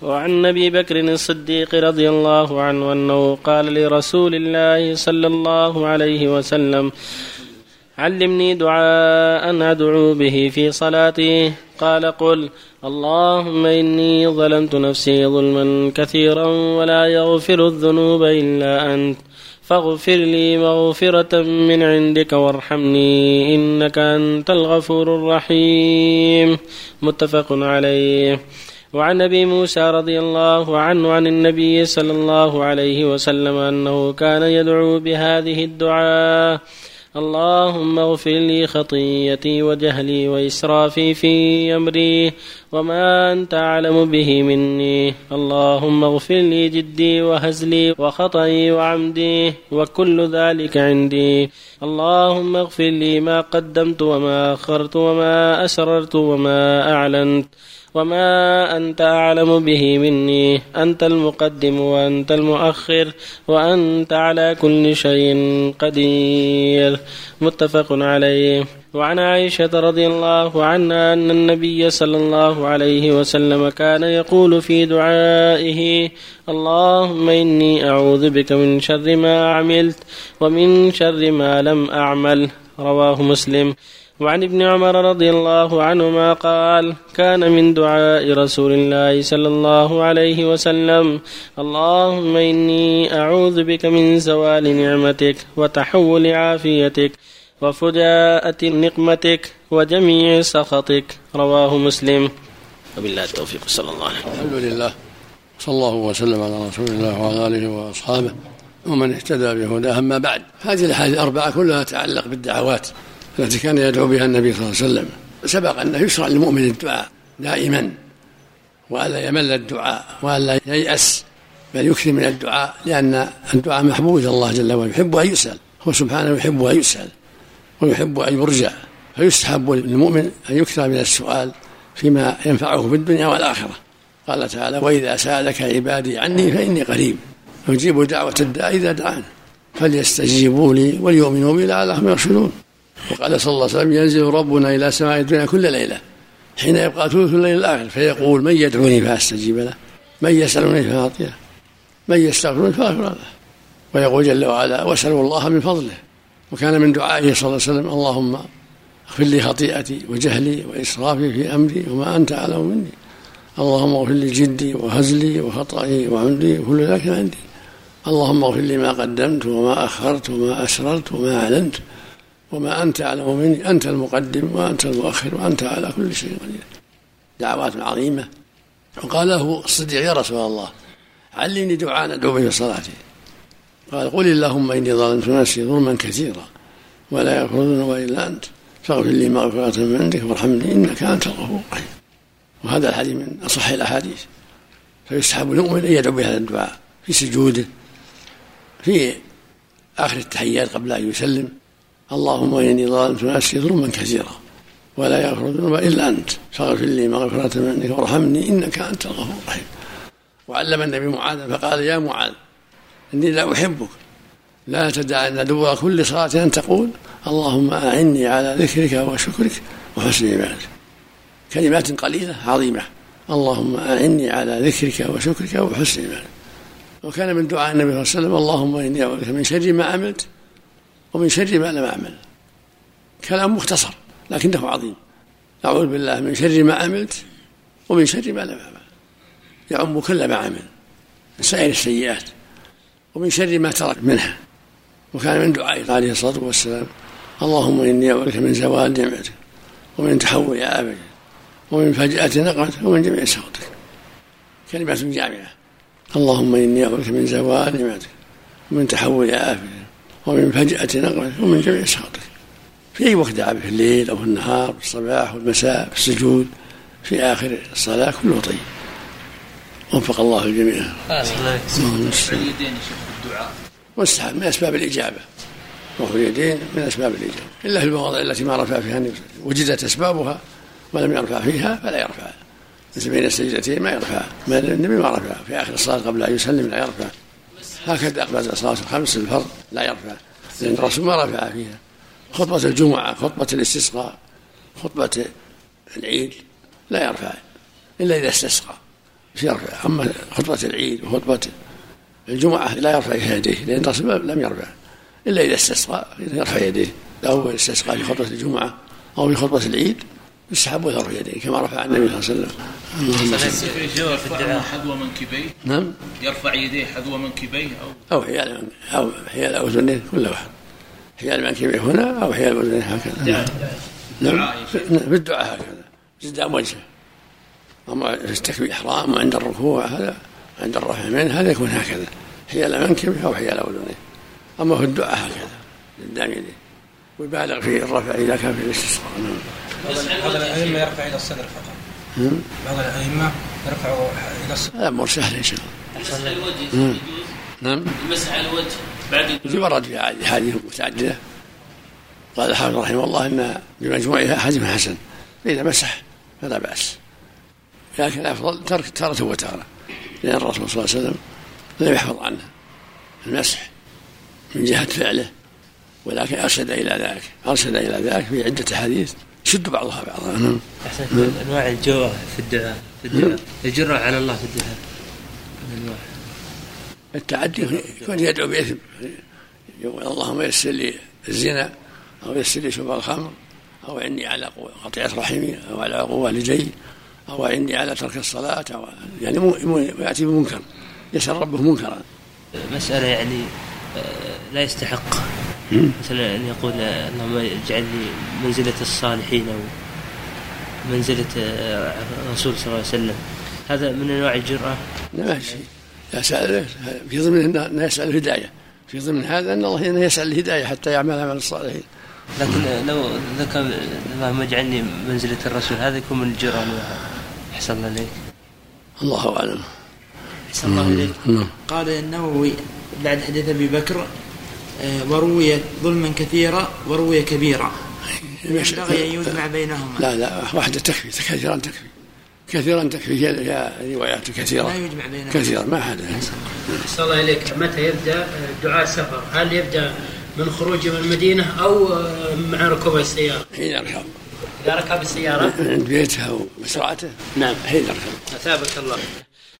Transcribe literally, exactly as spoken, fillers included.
وعن أبي بكر الصديق رضي الله عنه أنه قال لرسول الله صلى الله عليه وسلم: علمني دعاء أدعو به في صلاتي. قال: قل: اللهم إني ظلمت نفسي ظلما كثيرا ولا يغفر الذنوب إلا أنت فاغفر لي مغفرة من عندك وارحمني إنك أنت الغفور الرحيم. متفق عليه. وعن أبي موسى رضي الله عنه عن النبي صلى الله عليه وسلم أنه كان يدعو بهذه الدعاء: اللهم اغفر لي خطيئتي وجهلي وإسرافي في أمري وما أنت أعلم به مني، اللهم اغفر لي جدي وهزلي وخطئي وعمدي وكل ذلك عندي، اللهم اغفر لي ما قدمت وما أخرت وما أسررت وما أعلنت وما أنت أعلم به مني، أنت المقدم وأنت المؤخر وأنت على كل شيء قدير. متفق عليه. وعن عائشة رضي الله عنها أن النبي صلى الله عليه وسلم كان يقول في دعائه: اللهم إني أعوذ بك من شر ما عملت ومن شر ما لم أعمل. رواه مسلم. وعن ابن عمر رضي الله عنهما قال: كان من دعاء رسول الله صلى الله عليه وسلم: اللهم إني أعوذ بك من زوال نعمتك وتحول عافيتك وفجاءة نقمتك وجميع سخطك. رواه مسلم. وبالله التوفيق. صلى الله عليه وسلم. الحمد لله، صلى الله وسلم على رسول الله وعلى آله وأصحابه ومن اهتدى بهداه. أما بعد، هذه الأحاديث الأربعة كلها تتعلق بالدعوات التي كان يدعو بها النبي صلى الله عليه وسلم. سبق أنه يشرع للمؤمن الدعاء دائما، وألا يمل الدعاء وألا ييأس، بل يكثر من الدعاء، لأن الدعاء محبوب إلى الله جل وعلا، يحب أن يسأل، هو سبحانه يحب أن يسأل ويحب أن يرجع، فيستحب للمؤمن أن يكثر من السؤال فيما ينفعه في الدنيا والآخرة. قال تعالى: وإذا سألك عبادي عني فإني قريب أجيب دعوة الداعي إذا دعان فليستجيبوا لي وليؤمنوا بي لعلهم يرشدون. وقال صلى الله عليه وسلم: ينزل ربنا إلى سماء الدنيا كل ليلة حين يبقى ثلث الليل الآخر فيقول: من يدعوني فأستجيب له، من يسألني فأعطيه، من يستغفرني فأغفر له. ويقول جل وعلا: واسألوا الله من فضله. وكان من دعائه صلى الله عليه وسلم: اللهم اغفر لي خطيئتي وجهلي وإسرافي في أمري وما أنت أعلم مني، اللهم اغفر لي جدي وهزلي وخطئي وعمدي وكل ذلك عندي، اللهم اغفر لي ما قدمت وما أخرت وما أسررت وما أعلنت وما أنت أعلم مني، أنت المقدم وأنت المؤخر وأنت على كل شيء قدير. دعوات عظيمة. وقال له الصديق: يا رسول الله علمني دعاء أدعو به في صلاتي. قال: قل اللهم إني ظلمت نفسي ظلما كثيرا ولا يغفر الذنوب إلا أنت فاغفر لي مغفرة من عندك وارحمني إنك أنت الغفور الرحيم. وهذا الحديث من أصح الأحاديث، فيستحب للمؤمن أن يدعو بهذا الدعاء في سجوده، في آخر التحيات قبل أن يسلم: اللهم إني ظلمت نفسي ظلما كثيرا ولا يغفر الذنوب إلا أنت فاغفر لي مغفرة من عندك وارحمني إنك أنت الغفور الرحيم. وعلم النبي معاذ فقال: يا معاذ إني لا أحبك، لا تدع أن دبر كل صلاة أن تقول: اللهم أعني على ذكرك وشكرك وحسن عبادتك. كلمات قليلة عظيمة: اللهم أعني على ذكرك وشكرك وحسن عبادتك. وكان من دعاء النبي صلى الله عليه وسلم: اللهم إني أعوذ بك من شر ما عملت ومن شر ما لم أعمل. كلام مختصر لكنه عظيم: أعوذ بالله من شر ما عملت ومن شر ما لم أعمل، يعم كل ما عمل من سائر السيئات ومن شر ما ترك منها. وكان من دعائه عليه الصلاة والسلام: اللهم إني أعوذ بك من زوال نعمتك ومن تحول عافيتك ومن فجأة نقمتك ومن جميع سخطك. كلمات جامعة: اللهم إني أعوذ بك من زوال نعمتك ومن تحول عافيتك ومن فجأة نقمتك ومن جميع سخطك. في أي وقت دعا، في الليل أو في النهار، في الصباح والمساء، في السجود، في آخر الصلاة، كله طيب. وفق الله الجميع. واستحب من أسباب الإجابة، رفع اليدين من أسباب الإجابة، إلا في المواضع التي ما رفع فيها النبي، وجدت أسبابها ولم يرفع فيها فلا يرفع. مثل بين السجدتين ما يرفع، ما النبي ما رفع في آخر الصلاة قبل أن يسلم لا يرفع. هكذا أقبل الصلاة الخمس الفرض لا يرفع، لأن الرسول ما رفع فيها. خطبة الجمعة، خطبة الاستسقاء، خطبة العيد لا يرفع إلا إذا استسقى، يرفع. أما خطبة العيد وخطبة الجمعة لا يرفع يديه، لأن الرسول لم يرفع إلا إذا استسقى يرفع يديه، أو استسقى في خطبة الجمعة أو في خطبة العيد يستحب يرفع يديه كما رفع النبي صلى الله عليه وسلم. في الدعاء حذو منكبيه. نعم. يرفع يديه حذو منكبيه أو أو حيال أو حيال أذنيه كل واحد، حيال منكبيه هنا أو حيال أذنيه هكذا. نعم. بالدعاء هكذا قدام وجهه. أما في التكبير إحرام وعند الركوع هذا عند الرفع منه هذا يكون هكذا حيال منكبه أو حيال أذنيه. أما في الدعاء هكذا قدام يديه، ويبالغ في الرفع إذا كان في الاستسقاء. بعض الأئمة يرفع إلى الصدر فقط. بعض الأئمة يرفع إلى الصدر. هذا أمر سهل إن شاء الله. مسح الوجه. نعم. مسح الوجه بعد. ورد في أحاديث متعددة. قال الحافظ رحمه الله إن بمجموعها حديث حسن، فإذا مسح فلا بأس، لكن الأفضل ترك تارة وتارة، لأن الرسول صلى الله عليه وسلم لم يحفظ عنه المسح من جهة فعله، ولكن أرشد إلى ذلك أرشد إلى ذلك في عدة حديث شد بعضها بعضا. أحسن. أنواع الجرأة في الدعاء في الدعاء الجرأة على الله في الدعاء. أنواع التعدي يكون يدعو بإثم، يقول اللهم يسر لي الزنا أو يسر لي شرب الخمر، أو إني على قطيعة رحمي، أو على عقوق والدي، أو إني على ترك الصلاة، أو يعني يأتي بمنكر، يسأل ربه منكرا. مسألة يعني لا يستحق مثلا أن يقول اللهم اجعل لي منزلة الصالحين أو منزلة الرسول صلى الله عليه وسلم، هذا من أنواع الجرأة. لا شيء يسأل في ضمن أنه يسأل الهداية، في ضمن هذا أن الله يسأل الهداية حتى يعمل عمل الصالحين. لكن لو ذكر اللهم اجعلني منزلة الرسول هذا يكون من الجرأة. أحسن الله إليك. الله أعلم. أحسن الله إليك. قال النووي بعد حديث أبي بكر وروي ظلما كثيرا وروي كبيرا، ينبغي أن يجمع بينهما. لا لا واحدة تكفي، كثيرا تكفي، كثيرا تكفي، هي روايات كثيرة لا يجمع بينهما كثيرا ما حدا. أحسن الله إليك. متى يبدأ دعاء السفر؟ هل يبدأ من خروج من المدينة أو مع ركوب السيارة؟ حين يركب. إذا ركب السيارة عند بيتها ومسرعته. نعم. حين يركب. أثابك الله.